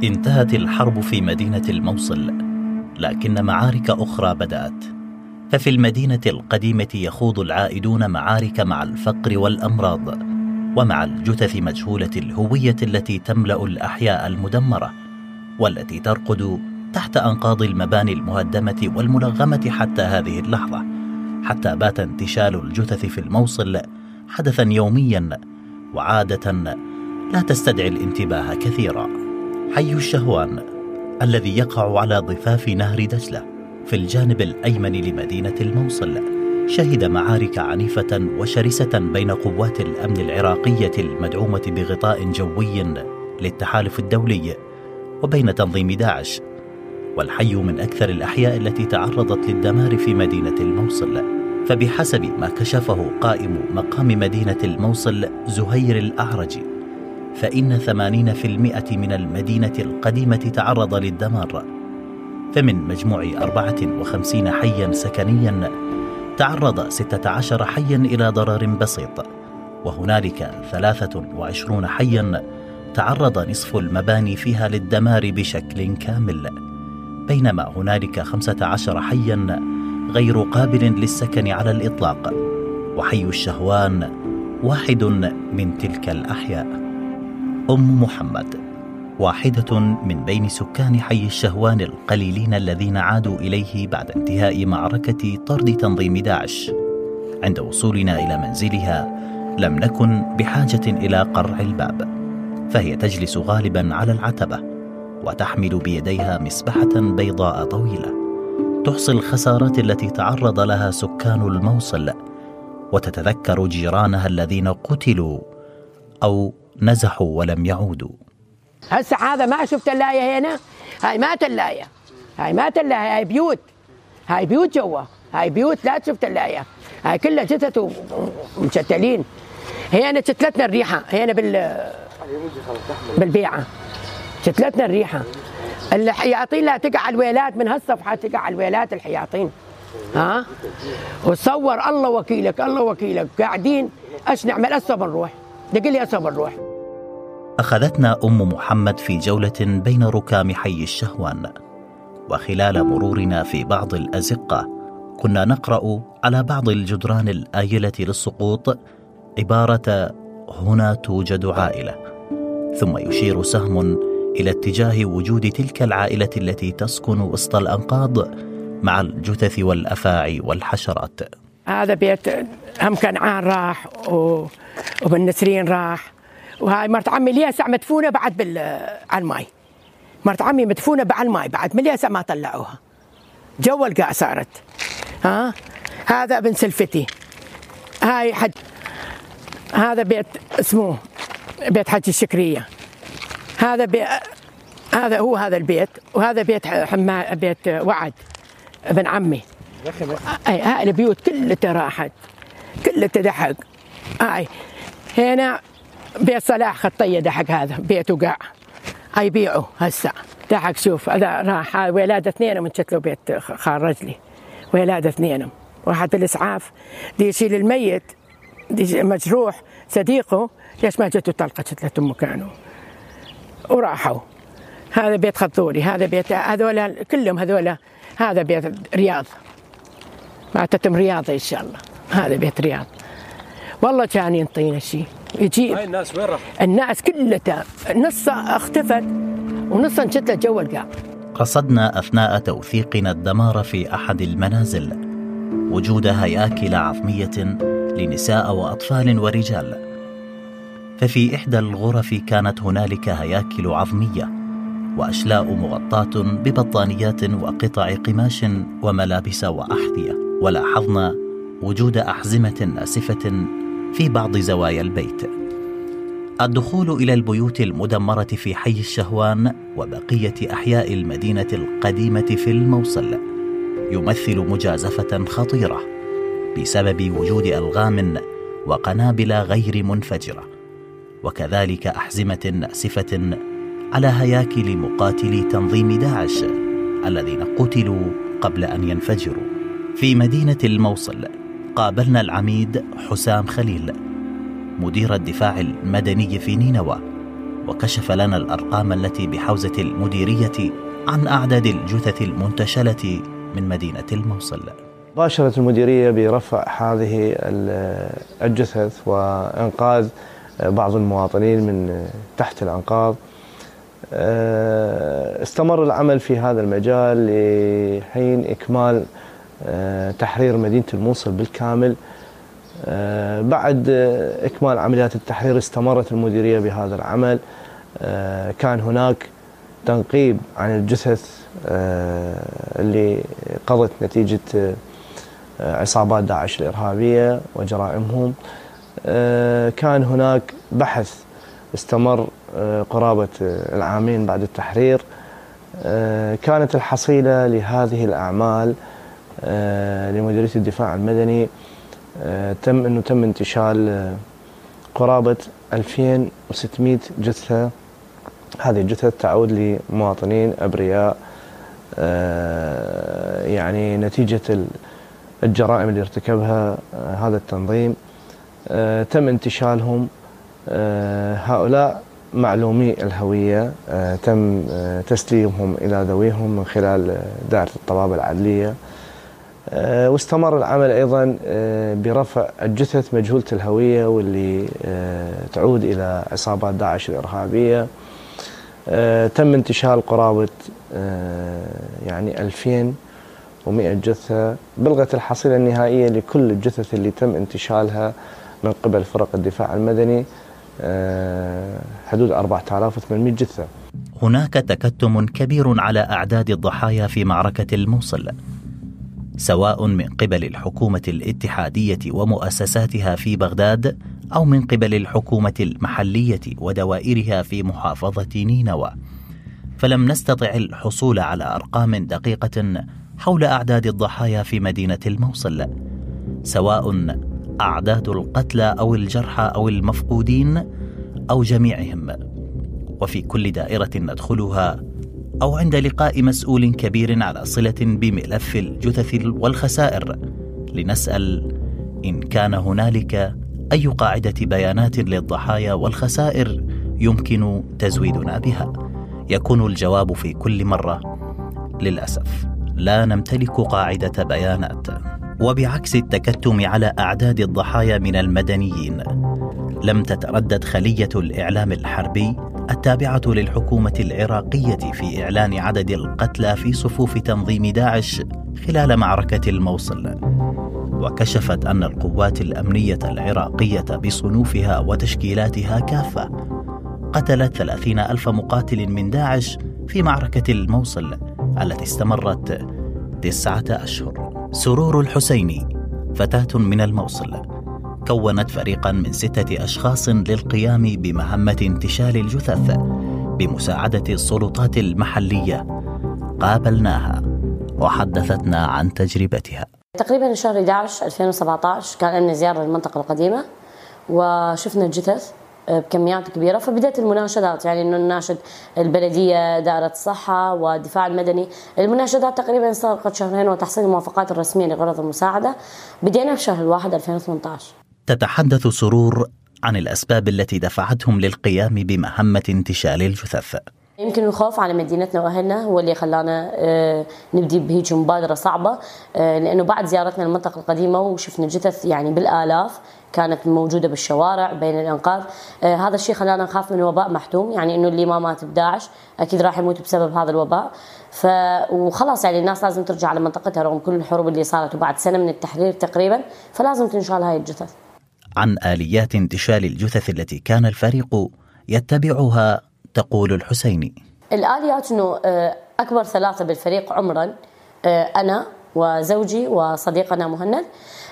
انتهت الحرب في مدينة الموصل، لكن معارك أخرى بدأت. ففي المدينة القديمة يخوض العائدون معارك مع الفقر والأمراض، ومع الجثث مجهولة الهوية التي تملأ الأحياء المدمرة، والتي ترقد تحت أنقاض المباني المهدمة والملغمة حتى هذه اللحظة، حتى بات انتشال الجثث في الموصل حدثا يوميا وعادة لا تستدعي الانتباه كثيرا. حي الشهوان الذي يقع على ضفاف نهر دجلة في الجانب الأيمن لمدينة الموصل شهد معارك عنيفة وشرسة بين قوات الأمن العراقية المدعومة بغطاء جوي للتحالف الدولي وبين تنظيم داعش، والحي من أكثر الأحياء التي تعرضت للدمار في مدينة الموصل. فبحسب ما كشفه قائم مقام مدينة الموصل زهير الأعرج، فإن 80% من المدينة القديمة تعرض للدمار، فمن مجموع 54 حياً سكنياً تعرض 16 حياً إلى ضرر بسيط، وهنالك 23 حياً تعرض نصف المباني فيها للدمار بشكل كامل، بينما هنالك 15 حياً غير قابل للسكن على الإطلاق، وحي الشهوان واحد من تلك الأحياء. أم محمد واحدة من بين سكان حي الشهوان القليلين الذين عادوا إليه بعد انتهاء معركة طرد تنظيم داعش. عند وصولنا إلى منزلها لم نكن بحاجة إلى قرع الباب، فهي تجلس غالبا على العتبة وتحمل بيديها مسبحة بيضاء طويلة تحصي الخسارات التي تعرض لها سكان الموصل، وتتذكر جيرانها الذين قتلوا أو نزحوا ولم يعودوا. هسه هذا ما شفت اللاية هنا، هاي ما تلاية، هاي ما تلاية، هاي بيوت، هاي بيوت جوا، هاي بيوت لا شفت اللاية، هاي كلها جثث ومشتلين. هنا شتلتنا الريحة هنا بالبيعة، شتلتنا الريحة. الحياطين لا تقع الويلات من هالصفحة، تقع الويلات الحياطين. ها وتصور الله وكيلك الله وكيلك قاعدين ايش نعمل؟ هسه بنروح، دق لي هسه بنروح. أخذتنا أم محمد في جولة بين ركام حي الشهوان، وخلال مرورنا في بعض الأزقة كنا نقرأ على بعض الجدران الآيلة للسقوط عبارة هنا توجد عائلة، ثم يشير سهم إلى اتجاه وجود تلك العائلة التي تسكن وسط الأنقاض مع الجثث والأفاعي والحشرات. هذا بيت هم كنعان راح وبن نسرين راح، وهاي مرت عمي ليسع مدفونة بعد على الماي، مرت عمي مدفونة على الماي بعد من ليسع ما طلعوها، جو القاع صارت. ها هذا ابن سلفتي، هاي حد، هذا بيت اسمه بيت حج الشكرية، هذا هو هذا البيت، وهذا بيت وعد ابن عمي. هاي البيوت كلها راحت، كلها دحق. هاي هنا بيت صلاح خطية دحق، هذا بيت وقع، هاي بيعوا هسه دحق. شوف هذا راح، هاي ولادة اثنين من شتلوا بيت خارج لي، ولادة اثنين، واحد بالإسعاف دي يشيل الميت، دي مجروح صديقه، ليش ما جته طلقة شتلته مكانه وراحوا. هذا بيت خطوري، هذا بيت هذول كلهم هذول، هذا بيت رياض، ما تتم رياضة إن شاء الله. هذا بيت رياض، والله كان ينطينا شيء يجيب. هاي الناس وين راح؟ الناس كلها نصها اختفت ونصها انشتت جو القاع. رصدنا أثناء توثيقنا الدمار في أحد المنازل وجود هياكل عظمية لنساء وأطفال ورجال، ففي إحدى الغرف كانت هنالك هياكل عظمية وأشلاء مغطاة ببطانيات وقطع قماش وملابس وأحذية، ولاحظنا وجود أحزمة ناسفة في بعض زوايا البيت. الدخول إلى البيوت المدمرة في حي الشهوان وبقية أحياء المدينة القديمة في الموصل يمثل مجازفة خطيرة بسبب وجود ألغام وقنابل غير منفجرة، وكذلك أحزمة ناسفة على هياكل مقاتلي تنظيم داعش الذين قتلوا قبل أن ينفجروا. في مدينة الموصل قابلنا العميد حسام خليل مدير الدفاع المدني في نينوى، وكشف لنا الأرقام التي بحوزة المديرية عن أعداد الجثث المنتشلة من مدينة الموصل. باشرت المديرية برفع هذه الجثث وإنقاذ بعض المواطنين من تحت الأنقاض. استمر العمل في هذا المجال لحين إكمال تحرير مدينة الموصل بالكامل. بعد إكمال عمليات التحرير استمرت المديرية بهذا العمل. كان هناك تنقيب عن الجثث اللي قضت نتيجة عصابات داعش الإرهابية وجرائمهم. كان هناك بحث استمر قرابة العامين بعد التحرير. كانت الحصيلة لهذه الأعمال لمديرية الدفاع المدني تم انتشال قرابة 2600 جثة. هذه الجثث تعود لمواطنين أبرياء يعني نتيجة الجرائم اللي ارتكبها هذا التنظيم. تم انتشالهم. هؤلاء معلومي الهوية تم تسليمهم إلى ذويهم من خلال دائرة الطبابة العدلية. واستمر العمل أيضا برفع الجثث مجهولة الهوية واللي تعود إلى عصابات داعش الإرهابية. تم انتشال قرابة يعني 2100 جثة. بلغت الحصيلة النهائية لكل الجثث اللي تم انتشالها من قبل فرق الدفاع المدني حدود 4800 جثة. هناك تكتم كبير على أعداد الضحايا في معركة الموصل، سواء من قبل الحكومة الاتحادية ومؤسساتها في بغداد أو من قبل الحكومة المحلية ودوائرها في محافظة نينوى. فلم نستطع الحصول على أرقام دقيقة حول أعداد الضحايا في مدينة الموصل، سواء أعداد القتلى أو الجرحى أو المفقودين أو جميعهم. وفي كل دائرة ندخلها أو عند لقاء مسؤول كبير على صلة بملف الجثث والخسائر لنسأل إن كان هنالك أي قاعدة بيانات للضحايا والخسائر يمكن تزويدنا بها، يكون الجواب في كل مرة للأسف لا نمتلك قاعدة بيانات. وبعكس التكتم على أعداد الضحايا من المدنيين، لم تتردد خلية الإعلام الحربي التابعة للحكومة العراقية في إعلان عدد القتلى في صفوف تنظيم داعش خلال معركة الموصل، وكشفت أن القوات الأمنية العراقية بصنوفها وتشكيلاتها كافة قتلت 30,000 مقاتل من داعش في معركة الموصل التي استمرت 9 أشهر. سرور الحسيني فتاة من الموصل كونت فريقا من 6 أشخاص للقيام بمهمة انتشال الجثث بمساعدة السلطات المحلية. قابلناها وحدثتنا عن تجربتها. تقريبا شهر 11 2017 كان لنا زيارة للمنطقة القديمة وشفنا الجثث بكميات كبيرة، فبدأت المناشدات، يعني إنه نناشد البلدية، دائرة الصحة والدفاع المدني. المناشدات تقريبا استغرقت 2 وتحصيل الموافقات الرسمية لغرض المساعدة بدينا في شهر 1 2018. تتحدث سرور عن الأسباب التي دفعتهم للقيام بمهمة انتشال الجثث. يمكن الخوف على مدينتنا وأهلنا هو اللي خلانا نبدي بهيج مبادرة صعبة، لأنه بعد زيارتنا للمنطقة القديمة وشفنا جثث يعني بالآلاف كانت موجودة بالشوارع بين الأنقاض. هذا الشيء خلانا نخاف من وباء محتوم، يعني إنه اللي ما مات بداعش أكيد راح يموت بسبب هذا الوباء. وخلاص يعني الناس لازم ترجع على منطقتها رغم كل الحروب اللي صارت، وبعد سنة من التحرير تقريبا فلازم تنشال هاي الجثث. عن آليات انتشال الجثث التي كان الفريق يتبعها تقول الحسيني: الآليات إنه أكبر 3 بالفريق عمرا، أنا وزوجي وصديقنا مهند،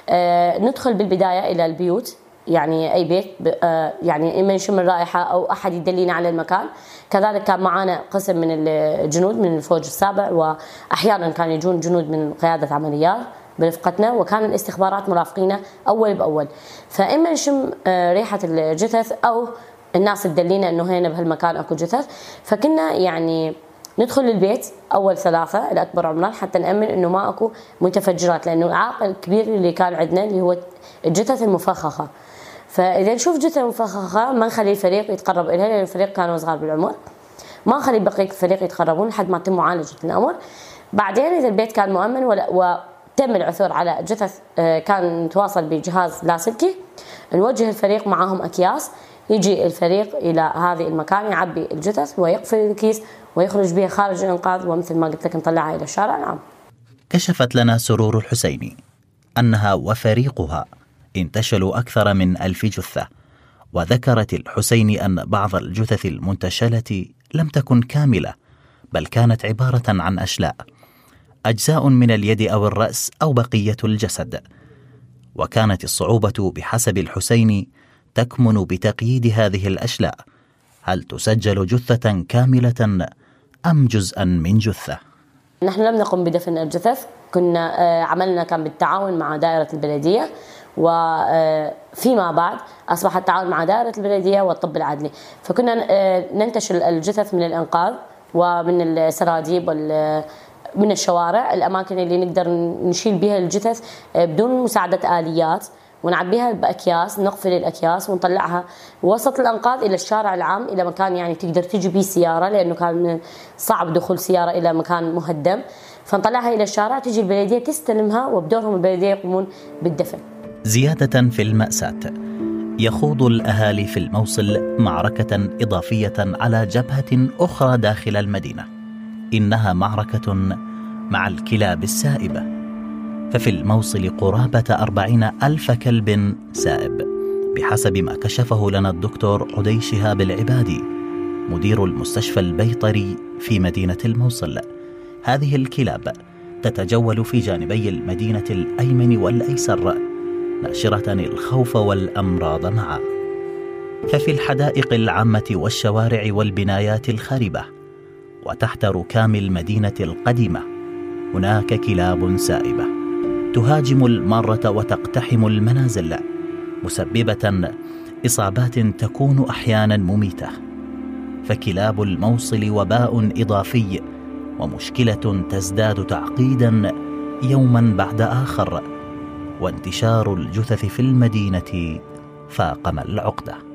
ندخل بالبداية إلى البيوت، يعني أي بيت يعني إما نشم الرائحة أو أحد يدلينا على المكان. كذلك كان معنا قسم من الجنود من الفوج السابع، وأحيانا كان يجون جنود من قيادة عمليات برفقتنا، وكان الاستخبارات مرافقينا أول بأول. فإما نشم ريحة الجثث أو الناس تدلينا إنه هنا بهالمكان أكو جثث، فكنا يعني ندخل البيت أول 3 الأكبر عمرا حتى نأمن إنه ما أكو متفجرات، لأنه العائق الكبير اللي كان عندنا اللي هو الجثث المفخخة. فإذا نشوف جثة مفخخة ما نخلي الفريق يتقرب إليها، لأن الفريق كانوا صغار بالعمر، ما نخلي بقية الفريق يتقربون لحد ما تتم معالجة الأمر. بعدين إذا البيت كان مؤمن وتم العثور على جثث كان متواصل بجهاز لاسلكي، نوجه الفريق معهم أكياس، يجي الفريق إلى هذه المكان يعبي الجثث ويقفل الكيس ويخرج بها خارج الإنقاذ، ومثل ما قلت لك نطلعها إلى الشارع العام. كشفت لنا سرور الحسيني أنها وفريقها انتشلوا أكثر من 1000 جثة، وذكرت الحسيني أن بعض الجثث المنتشلة لم تكن كاملة، بل كانت عبارة عن أشلاء، أجزاء من اليد أو الرأس أو بقية الجسد. وكانت الصعوبة بحسب الحسيني تكمن بتقييد هذه الأشلاء، هل تسجل جثة كاملة أم جزءا من جثة؟ نحن لم نقم بدفن الجثث، كنا عملنا كان بالتعاون مع دائرة البلدية، وفيما بعد أصبح التعاون مع دائرة البلدية والطب العدلي، فكنا ننتشل الجثث من الإنقاذ ومن السراديب من الشوارع، الأماكن اللي نقدر نشيل بها الجثث بدون مساعدة آليات، ونعبيها بأكياس، نقفل الأكياس ونطلعها وسط الأنقاض إلى الشارع العام، إلى مكان يعني تقدر تجي بيه سيارة، لأنه كان صعب دخول سيارة إلى مكان مهدم، فنطلعها إلى الشارع، تجي البلدية تستلمها، وبدورهم البلدية يقومون بالدفن. زيادة في المأساة، يخوض الأهالي في الموصل معركة إضافية على جبهة أخرى داخل المدينة، إنها معركة مع الكلاب السائبة. ففي الموصل قرابة 40,000 كلب سائب بحسب ما كشفه لنا الدكتور عدي شهاب العبادي مدير المستشفى البيطري في مدينة الموصل. هذه الكلاب تتجول في جانبي المدينة الأيمن والأيسر، ناشرة الخوف والأمراض معا. ففي الحدائق العامة والشوارع والبنايات الخربة وتحت ركام المدينة القديمة هناك كلاب سائبة تهاجم المارة وتقتحم المنازل، مسببة إصابات تكون أحيانا مميتة. فكلاب الموصل وباء إضافي ومشكلة تزداد تعقيدا يوما بعد آخر، وانتشار الجثث في المدينة فاقم العقدة.